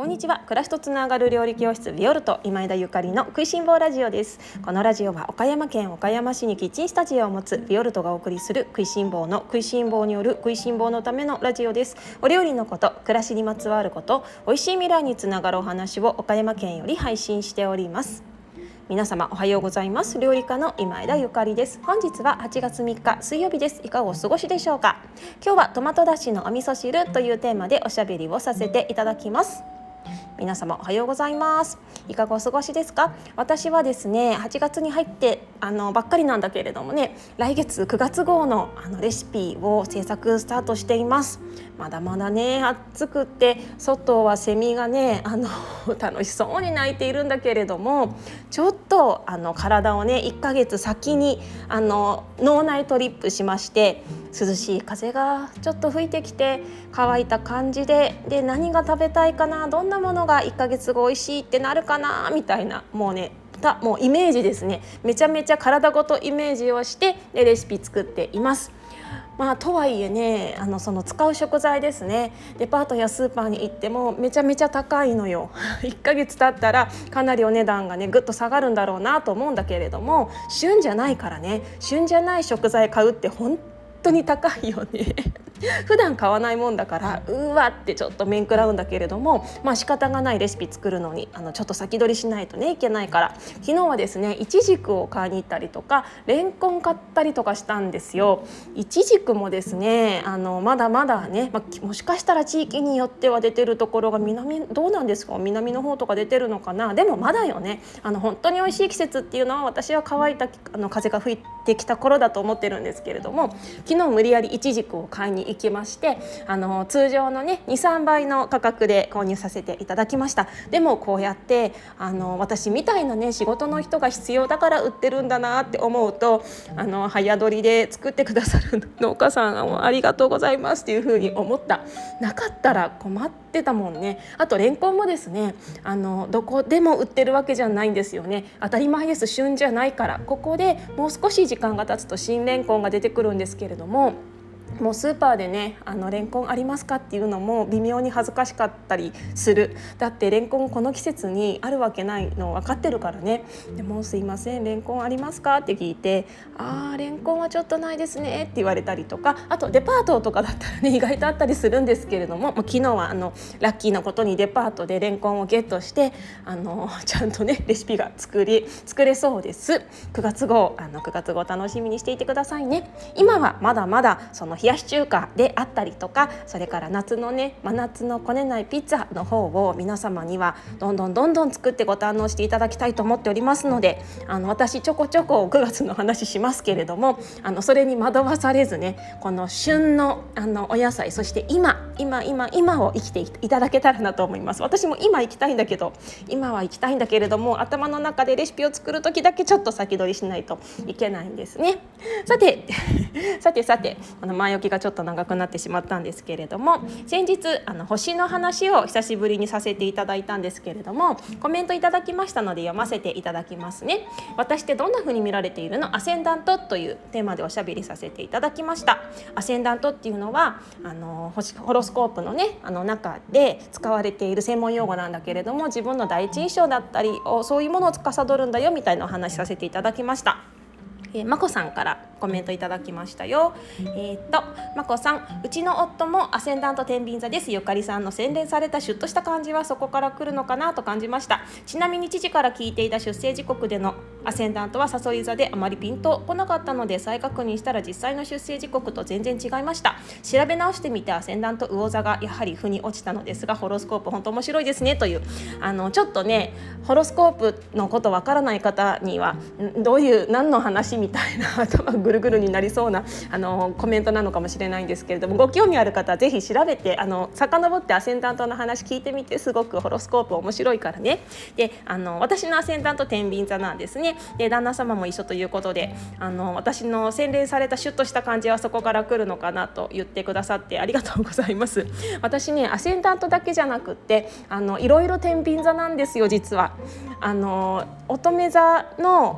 こんにちは。暮らしとつながる料理教室ビオルト今枝ゆかりの食いしん坊ラジオです。このラジオは岡山県岡山市にキッチンスタジオを持つビオルトがお送りする食いしん坊の食いしん坊による食いしん坊のためのラジオです。お料理のこと、暮らしにまつわること、美味しい未来につながるお話を岡山県より配信しております。皆様おはようございます。料理家の今枝ゆかりです。本日は8月3日水曜日です。いかがお過ごしでしょうか。今日はトマトだしのお味噌汁というテーマでおしゃべりをさせていただきます。皆様おはようございます。いかがお過ごしですか。私はですね、8月に入ってばっかりなんだけれどもね、来月9月号のレシピを制作スタートしています。まだまだね暑くって外はセミがね楽しそうに鳴いているんだけれども、ちょっと体をね1ヶ月先に脳内トリップしまして、涼しい風がちょっと吹いてきて乾いた感じで何が食べたいかな、どんなものが1ヶ月後美味しいってなるかなみたいな、もうイメージですね。めちゃめちゃ体ごとイメージをしてレシピ作っています。とはいえね、その使う食材ですね、デパートやスーパーに行ってもめちゃめちゃ高いのよ1ヶ月経ったらかなりお値段がねぐっと下がるんだろうなと思うんだけれども、旬じゃないからね、旬じゃない食材買うって本当に高いよね普段買わないもんだからうわってちょっと面食らうんだけれども、仕方がない。レシピ作るのにちょっと先取りしないとねいけないから、昨日はですねいちじくを買いに行ったりとかレンコン買ったりとかしたんですよ。いちじくもですねまだまだね、もしかしたら地域によっては出てるところがどうなんですか、南の方とか出てるのかな。でもまだよね、本当に美味しい季節っていうのは私は乾いた風が吹いてきた頃だと思ってるんですけれども、昨日無理やりいちじくを買いに行きまして、通常のね 2,3 倍の価格で購入させていただきました。でもこうやって私みたいなね仕事の人が必要だから売ってるんだなって思うと、早取りで作ってくださる農家さんありがとうございますっていう風に思った。なかったら困ってたもんね。あとレンコンもですねどこでも売ってるわけじゃないんですよね。当たり前です。旬じゃないから。ここでもう少し時間が経つと新レンコンが出てくるんですけれども、もうスーパーでねレンコンありますかっていうのも微妙に恥ずかしかったりする。だってレンコンこの季節にあるわけないの分かってるからね。でもすいませんレンコンありますかって聞いて、レンコンはちょっとないですねって言われたりとか、あとデパートとかだったらね意外とあったりするんですけれども、昨日はラッキーなことにデパートでレンコンをゲットしてちゃんとねレシピが作れそうです。9月号楽しみにしていてくださいね。今はまだまだその冷やし中華であったりとか、それから夏のね真夏のこねないピッツァの方を皆様にはどんどん作ってご堪能していただきたいと思っておりますので、私ちょこちょこ9月の話しますけれども、それに惑わされずね、この旬のお野菜、そして今を生きていただけたらなと思います。私も今行きたいんだけれども、頭の中でレシピを作る時だけちょっと先取りしないといけないんですね。さて前置きがちょっと長くなってしまったんですけれども、先日星の話を久しぶりにさせていただいたんですけれども、コメントいただきましたので読ませていただきますね。私ってどんな風に見られているの？アセンダントというテーマでおしゃべりさせていただきました。アセンダントっていうのはホロスコープのね中で使われている専門用語なんだけれども、自分の第一印象だったりそういうものを司るんだよみたいなお話させていただきました。まこさんからコメントいただきましたよ。まこさん、うちの夫もアセンダント天秤座です。ゆかりさんの洗練されたシュッとした感じはそこから来るのかなと感じました。ちなみに父から聞いていた出生時刻でのアセンダントはさそり座であまりピンとこなかったので、再確認したら実際の出生時刻と全然違いました。調べ直してみてアセンダント魚座がやはり負に落ちたのですが、ホロスコープ本当面白いですねという、ちょっとねホロスコープのことわからない方にはどういう何の話みたいな頭ぐるぐるになりそうなコメントなのかもしれないんですけれども、ご興味ある方はぜひ調べて遡ってアセンダントの話聞いてみて、すごくホロスコープ面白いからね。で私のアセンダント天秤座なんですね。で旦那様も一緒ということで私の洗練されたシュッとした感じはそこから来るのかなと言ってくださってありがとうございます。私ねアセンダントだけじゃなくっていろいろ天秤座なんですよ実は。乙女座の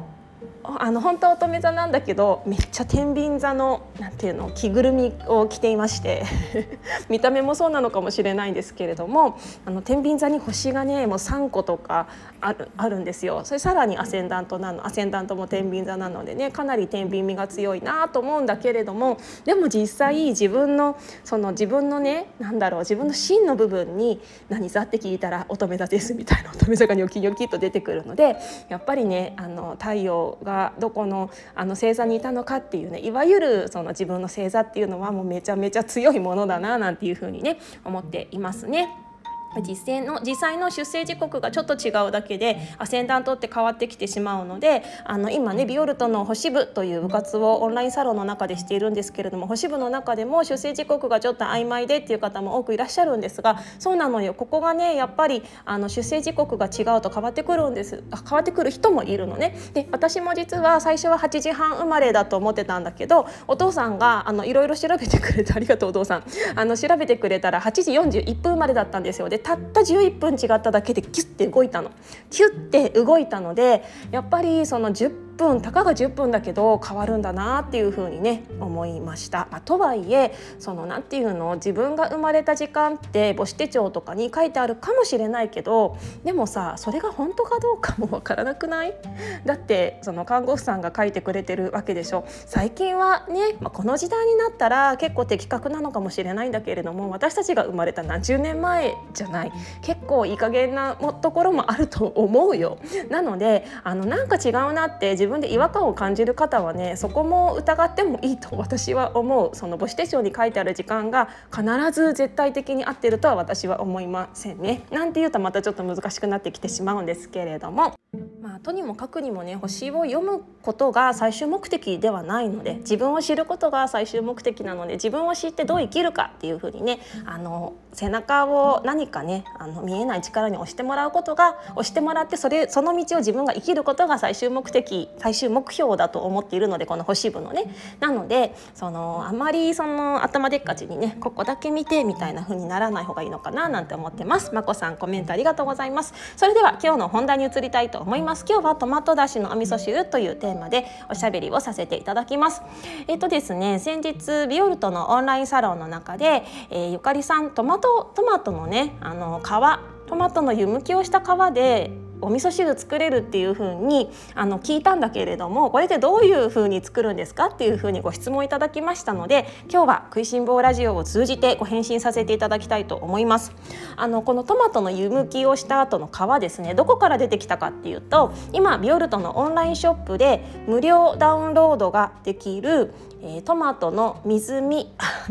本当は乙女座なんだけどめっちゃ天秤座のなんていうの着ぐるみを着ていまして見た目もそうなのかもしれないんですけれども、天秤座に星がねもう3個とかあるんですよ。それさらにアセンダントも天秤座なのでね、かなり天秤味が強いなと思うんだけれども、でも実際自分のね自分の芯の部分に何座って聞いたら乙女座ですみたいな、乙女座がニョキニョキっと出てくるので、やっぱりね太陽がどこの星座にいたのかっていうね、いわゆるその自分の星座っていうのはもうめちゃめちゃ強いものだななんていうふうにね思っていますね。実際の出生時刻がちょっと違うだけでアセンダントって変わってきてしまうので、今ねビオルトの星部という部活をオンラインサロンの中でしているんですけれども、星部の中でも出生時刻がちょっと曖昧でっていう方も多くいらっしゃるんですが、そうなのよ、ここがねやっぱり出生時刻が違うと変わってくる人もいるのね。で私も実は最初は8時半生まれだと思ってたんだけど、お父さんがいろいろ調べてくれて、ありがとうお父さん、調べてくれたら8時41分生まれだったんですよ。でたった11分違っただけでキュッて動いたので、やっぱりその10分たかが10分だけど変わるんだなっていう風にね思いました。とはいえなんていうの、自分が生まれた時間って母子手帳とかに書いてあるかもしれないけど、でもさそれが本当かどうかもわからなくない？だって看護婦さんが書いてくれてるわけでしょ。最近はね、この時代になったら結構的確なのかもしれないんだけれども、私たちが生まれた何十年前じゃない、結構いい加減なところもあると思うよ。なのでなんか違うなって自分で違和感を感じる方はね、そこも疑ってもいいと私は思う。母子手帳に書いてある時間が必ず絶対的に合ってるとは私は思いませんね。なんて言うとまたちょっと難しくなってきてしまうんですけれども、とにもかくにもね、星を読むことが最終目的ではないので、自分を知ることが最終目的なので、自分を知ってどう生きるかっていうふうにね背中を何かね見えない力に押してもらってその道を自分が生きることが最終目標だと思っているので、この星部のね。なのであまり頭でっかちにねここだけ見てみたいな風にならない方がいいのかななんて思ってます。まこさんコメントありがとうございます。それでは今日の本題に移りたいと思います。今日はトマトだしのお味噌汁というテーマでおしゃべりをさせていただきます。ですね、先日ビオルトのオンラインサロンの中で、ゆかりさんトマトのねトマトの湯むきをした皮でお味噌汁作れるっていう風に聞いたんだけれども、これでどういう風に作るんですかっていう風にご質問いただきましたので、今日は食いしん坊ラジオを通じてご返信させていただきたいと思います。このトマトの湯むきをした後の皮ですね、どこから出てきたかっていうと、今ビオルトのオンラインショップで無料ダウンロードができる、トマトの水煮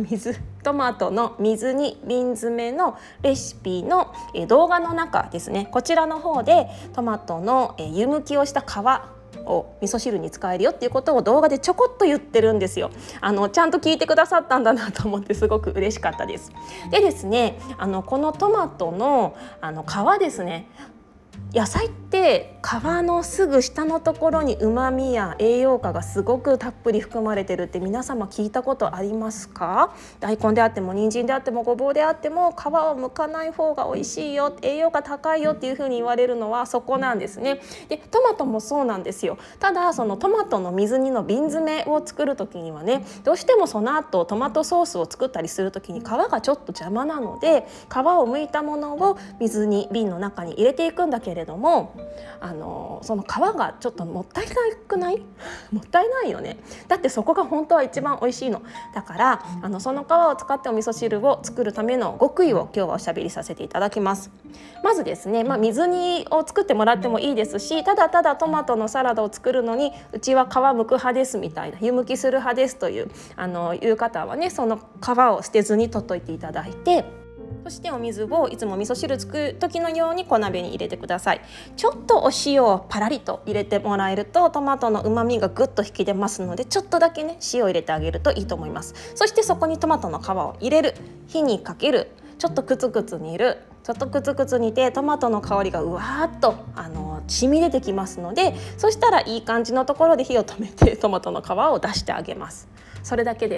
瓶詰めのレシピの動画の中ですね、こちらの方でトマトの湯むきをした皮を味噌汁に使えるよっていうことを動画でちょこっと言ってるんですよ。ちゃんと聞いてくださったんだなと思ってすごく嬉しかったです。でですね、このトマトの皮ですね、野菜って皮のすぐ下のところに旨味や栄養価がすごくたっぷり含まれてるって皆様聞いたことありますか？大根であっても人参であってもごぼうであっても皮を剥かない方が美味しいよ、栄養価高いよっていう風に言われるのはそこなんですね。でトマトもそうなんですよ。ただそのトマトの水煮の瓶詰めを作る時にはね、どうしてもその後トマトソースを作ったりする時に皮がちょっと邪魔なので、皮を剥いたものを水に瓶の中に入れていくんだけれども、その皮がちょっともったいなくない？もったいないよね。だってそこが本当は一番美味しいの。だからその皮を使ってお味噌汁を作るための極意を今日はおしゃべりさせていただきます。まずですね、水煮を作ってもらってもいいですし、ただただトマトのサラダを作るのにうちは皮剥く派ですみたいな、湯むきする派ですという方はね、その皮を捨てずに取っといていただいて、そしてお水をいつも味噌汁作る時のように小鍋に入れてください。ちょっとお塩をパラリと入れてもらえるとトマトの旨味がぐっと引き出ますので、ちょっとだけね塩を入れてあげるといいと思います。そしてそこにトマトの皮を入れる、火にかける、ちょっとクツクツ煮る、ちょっとクツクツ煮てトマトの香りがうわーっと染み出てきますので、そしたらいい感じのところで火を止めてトマトの皮を出してあげます。それだけです。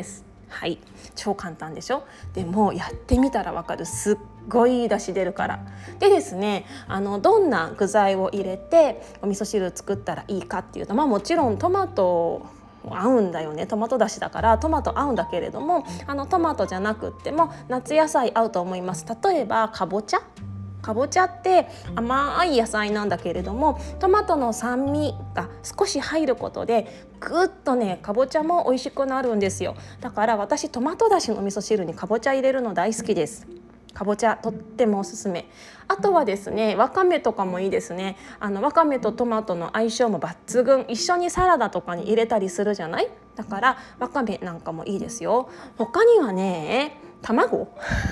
はい、超簡単でしょ。でもやってみたらわかる、すっごいいい出汁出るから。でですね、どんな具材を入れてお味噌汁作ったらいいかっていうと、もちろんトマト合うんだよね。トマトだしだからトマト合うんだけれども、トマトじゃなくっても夏野菜合うと思います。例えばかぼちゃって甘い野菜なんだけれども、トマトの酸味が少し入ることでぐっとね、かぼちゃも美味しくなるんですよ。だから私トマトだしの味噌汁にかぼちゃ入れるの大好きです。かぼちゃとってもおすすめ。あとはですね、わかめとかもいいですね。わかめとトマトの相性も抜群。一緒にサラダとかに入れたりするじゃない。だからわかめなんかもいいですよ。他にはね、卵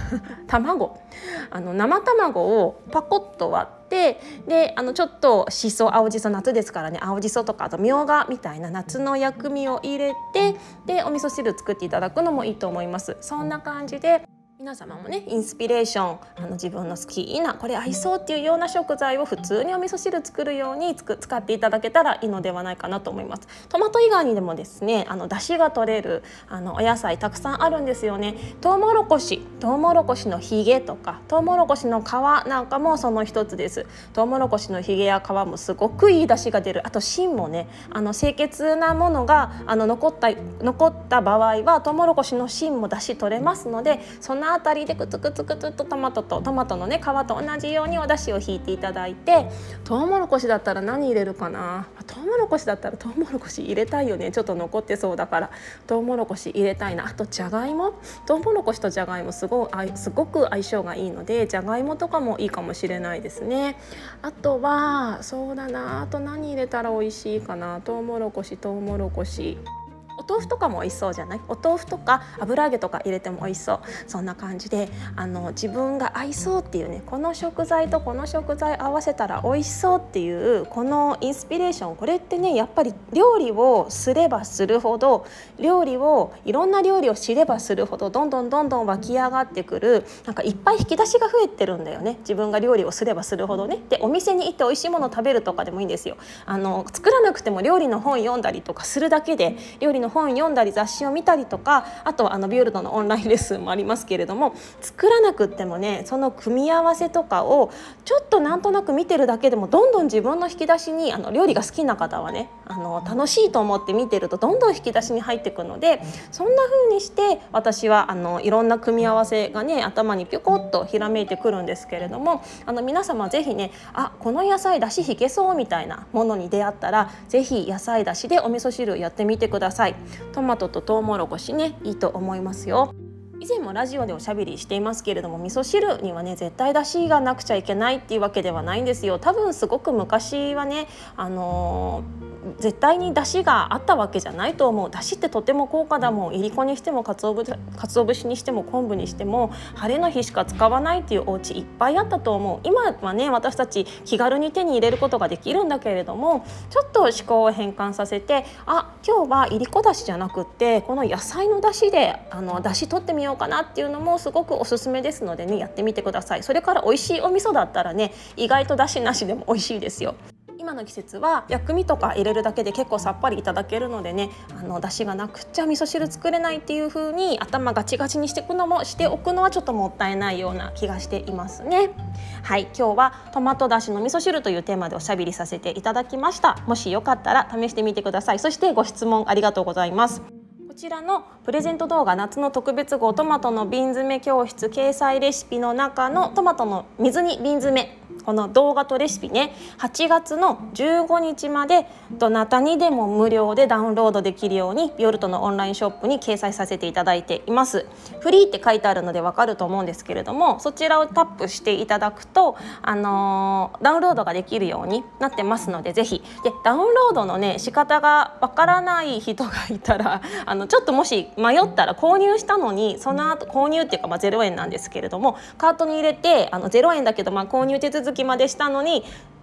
生卵をパコッと割って、でちょっとしそ、青じそ、夏ですからね、青じそとかあとみょうがみたいな夏の薬味を入れて、でお味噌汁作っていただくのもいいと思います。そんな感じで皆様もね、インスピレーション、自分の好きなこれ合いそうっていうような食材を普通にお味噌汁作るように使っていただけたらいいのではないかなと思います。トマト以外にでもですね、出汁が取れるお野菜たくさんあるんですよね。トウモロコシのひげとかトウモロコシの皮なんかもその一つです。トウモロコシのひげや皮もすごくいい出汁が出る。あと芯もね、清潔なものが残った場合はトウモロコシの芯も出汁取れますので、そのあたりでくつくつとトマトのね、皮と同じようにお出汁を引いていただいて、トウモロコシだったら何入れるかな。トウモロコシだったらトウモロコシ入れたいよね。ちょっと残ってそうだからトウモロコシ入れたいな。あとじゃがいも、トウモロコシとじゃがいもすごく相性がいいので、じゃがいもとかもいいかもしれないですね。あとはそうだな、あと何入れたら美味しいかな。トウモロコシお豆腐とかも美味しそうじゃない。お豆腐とか油揚げとか入れても美味しそう。そんな感じで自分が合いそうっていうね、この食材とこの食材合わせたら美味しそうっていうこのインスピレーション、これってね、やっぱり料理をすればするほど、いろんな料理を知ればするほどどんどん湧き上がってくる、なんかいっぱい引き出しが増えてるんだよね。自分が料理をすればするほどね。でお店に行って美味しいものを食べるとかでもいいんですよ。作らなくても料理の本読んだりとかするだけで、料理の本読んだり雑誌を見たりとか、あとビオルトのオンラインレッスンもありますけれども、作らなくってもね、その組み合わせとかをちょっとなんとなく見てるだけでもどんどん自分の引き出しに、料理が好きな方はね、楽しいと思って見てるとどんどん引き出しに入っていくので、そんな風にして私はいろんな組み合わせがね、頭にピョコッとひらめいてくるんですけれども、皆様ぜひね、この野菜だし引けそうみたいなものに出会ったら、ぜひ野菜だしでお味噌汁やってみてください。トマトとトウモロコシね、いいと思いますよ。以前もラジオでおしゃべりしていますけれども、味噌汁にはね、絶対だしがなくちゃいけないっていうわけではないんですよ。多分すごく昔はね、絶対に出汁があったわけじゃないと思う。出汁ってとても高価だもん。いりこにしても鰹節にしても昆布にしても晴れの日しか使わないっていうお家いっぱいあったと思う。今はね、私たち気軽に手に入れることができるんだけれども、ちょっと思考を変換させて、今日はいりこだしじゃなくってこの野菜の出汁で出汁取ってみようかなっていうのもすごくおすすめですのでね、やってみてください。それから美味しいお味噌だったらね、意外と出汁なしでも美味しいですよ。今の季節は薬味とか入れるだけで結構さっぱりいただけるのでね、出汁がなくっちゃ味噌汁作れないっていう風に頭ガチガチにしておくのはちょっともったいないような気がしていますね。はい、今日はトマトだしの味噌汁というテーマでおしゃべりさせていただきました。もしよかったら試してみてください。そしてご質問ありがとうございます。こちらのプレゼント動画、夏の特別号トマトの瓶詰め教室掲載レシピの中のトマトの水煮瓶詰め、この動画とレシピね、8月の15日までどなたにでも無料でダウンロードできるようにビオルトのオンラインショップに掲載させていただいています。フリーって書いてあるのでわかると思うんですけれども、そちらをタップしていただくと、ダウンロードができるようになってますので、ぜひでダウンロードのね仕方がわからない人がいたらちょっともし迷ったら、購入したのにその後購入っていうか0円なんですけれども、カートに入れて0円だけど購入手続きまでしたのに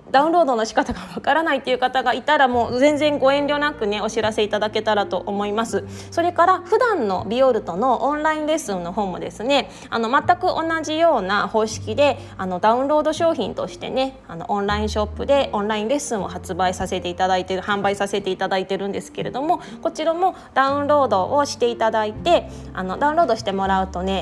ダウンロードの仕方がわからないっていう方がいたらもう全然ご遠慮なくねお知らせいただけたらと思います。それから普段のビオルトのオンラインレッスンの方もですね全く同じような方式でダウンロード商品としてねオンラインショップでオンラインレッスンを販売させていただいてるんですけれども、こちらもダウンロードをしていただいてダウンロードしてもらうとね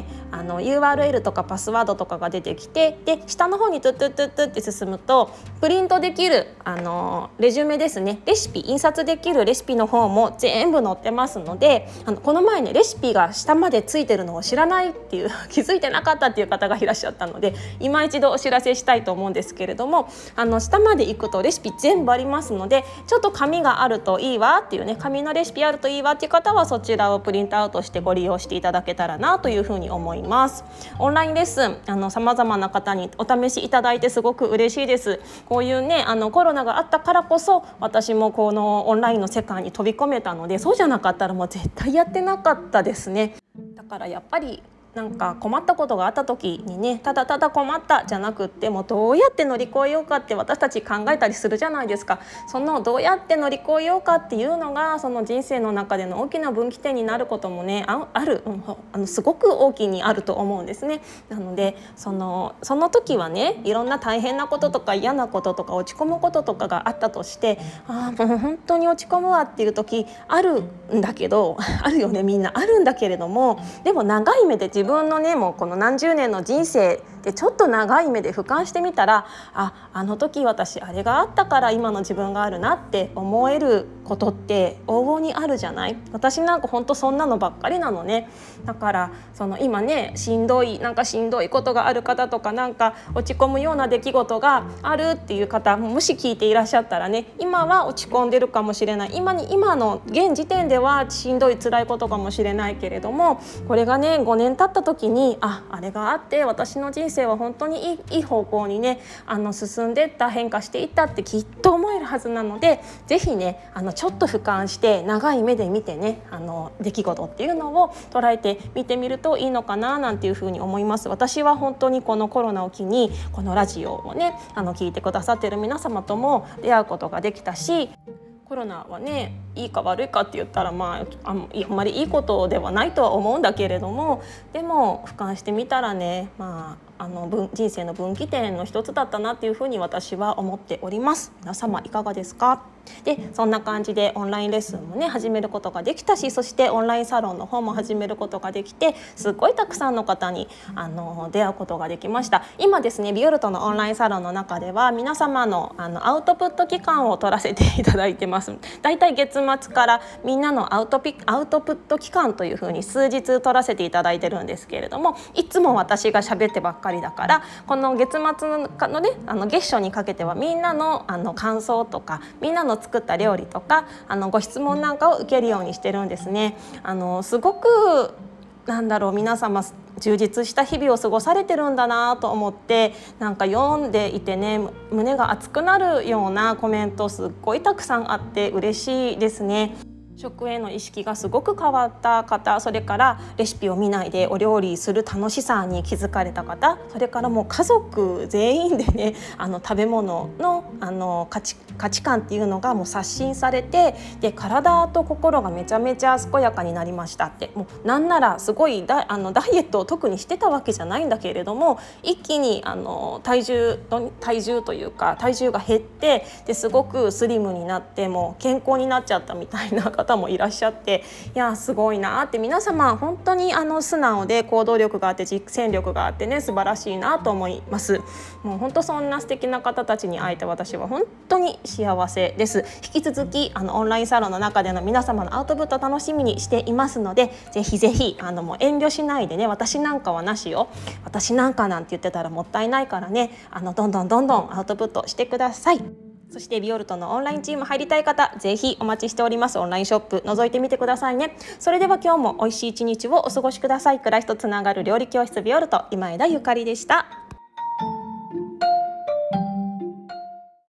URL とかパスワードとかが出てきて、で下の方にトゥットゥットゥットゥって進むとプリントできるレジュメですね、レシピ印刷できるレシピの方も全部載ってますので、この前ねレシピが下までついてるのを知らないっていう気づいてなかったっていう方がいらっしゃったので、今一度お知らせしたいと思うんですけれども、下まで行くとレシピ全部ありますので、ちょっと紙があるといいわっていうね、紙のレシピあるといいわっていう方はそちらをプリントアウトしてご利用していただけたらなというふうに思います。オンラインレッスン様々な方にお試しいただいてすごく嬉しいです。こういうねコロナがあったからこそ私もこのオンラインの世界に飛び込めたので、そうじゃなかったらもう絶対やってなかったですね。だからやっぱりなんか困ったことがあった時にね、ただただ困ったじゃなくって、もうどうやって乗り越えようかって私たち考えたりするじゃないですか。そのどうやって乗り越えようかっていうのがその人生の中での大きな分岐点になることもねすごく大きにあると思うんですね。なのでその時はねいろんな大変なこととか嫌なこととか落ち込むこととかがあったとして、もう本当に落ち込むわっていう時あるんだけどあるよね、みんなあるんだけれども、でも長い目で自分のねもうこの何十年の人生でちょっと長い目で俯瞰してみたら、あの時私あれがあったから今の自分があるなって思えることって往々にあるじゃない。私なんか本当そんなのばっかりなのね。だから今ねしんどいことがある方とか、なんか落ち込むような出来事があるっていう方もし聞いていらっしゃったらね、今は落ち込んでるかもしれない、今の現時点ではしんどい辛いことかもしれないけれども、これがね5年経った時にあれがあって私の人生は本当にいい方向にね進んでいった、変化していったってきっと思えるはずなので、ぜひねちょっと俯瞰して長い目で見てね出来事っていうのを捉えて見てみるといいのかななんていうふうに思います。私は本当にこのコロナを機にこのラジオをね聞いてくださっている皆様とも出会うことができたし、コロナはねいいか悪いかって言ったら、あんまりいいことではないとは思うんだけれども、でも俯瞰してみたらね、人生の分岐点の一つだったなっていうふうに私は思っております。皆様いかがですか？でそんな感じでオンラインレッスンもね始めることができたし、そしてオンラインサロンの方も始めることができて、すっごいたくさんの方に出会うことができました。今ですねビオルトのオンラインサロンの中では皆様のアウトプット期間を取らせていただいてます。だいたい月末からみんなのアウトプット期間というふうに数日取らせていただいてるんですけれども、いつも私が喋ってばっかりだから、この月末のね月初にかけてはみんなの感想とかみんなの作った料理とかご質問なんかを受けるようにしてるんですね。すごく皆様充実した日々を過ごされてるんだなと思って、なんか読んでいてね胸が熱くなるようなコメントすっごいたくさんあって嬉しいですね。食への意識がすごく変わった方、それからレシピを見ないでお料理する楽しさに気づかれた方、それからもう家族全員でね食べ物の価値観っていうのがもう刷新されて、で体と心がめちゃめちゃ健やかになりましたって、もうなんならすごいダイエットを特にしてたわけじゃないんだけれども、一気に体重というか体重が減って、ですごくスリムになってもう健康になっちゃったみたいな方もいらっしゃって、いやすごいなって、皆様本当に素直で行動力があって実践力があってね素晴らしいなと思います。もう本当そんな素敵な方たちに会えて私は本当に幸せです。引き続きオンラインサロンの中での皆様のアウトプット楽しみにしていますので、ぜひぜひもう遠慮しないでね、私なんかはなしよ、私なんかなんて言ってたらもったいないからね、どんどんアウトプットしてください。そしてビオルトのオンラインチーム入りたい方、ぜひお待ちしております。オンラインショップ覗いてみてくださいね。それでは今日も美味しい一日をお過ごしください。暮らしとつながる料理教室ビオルト、今枝ゆかりでした。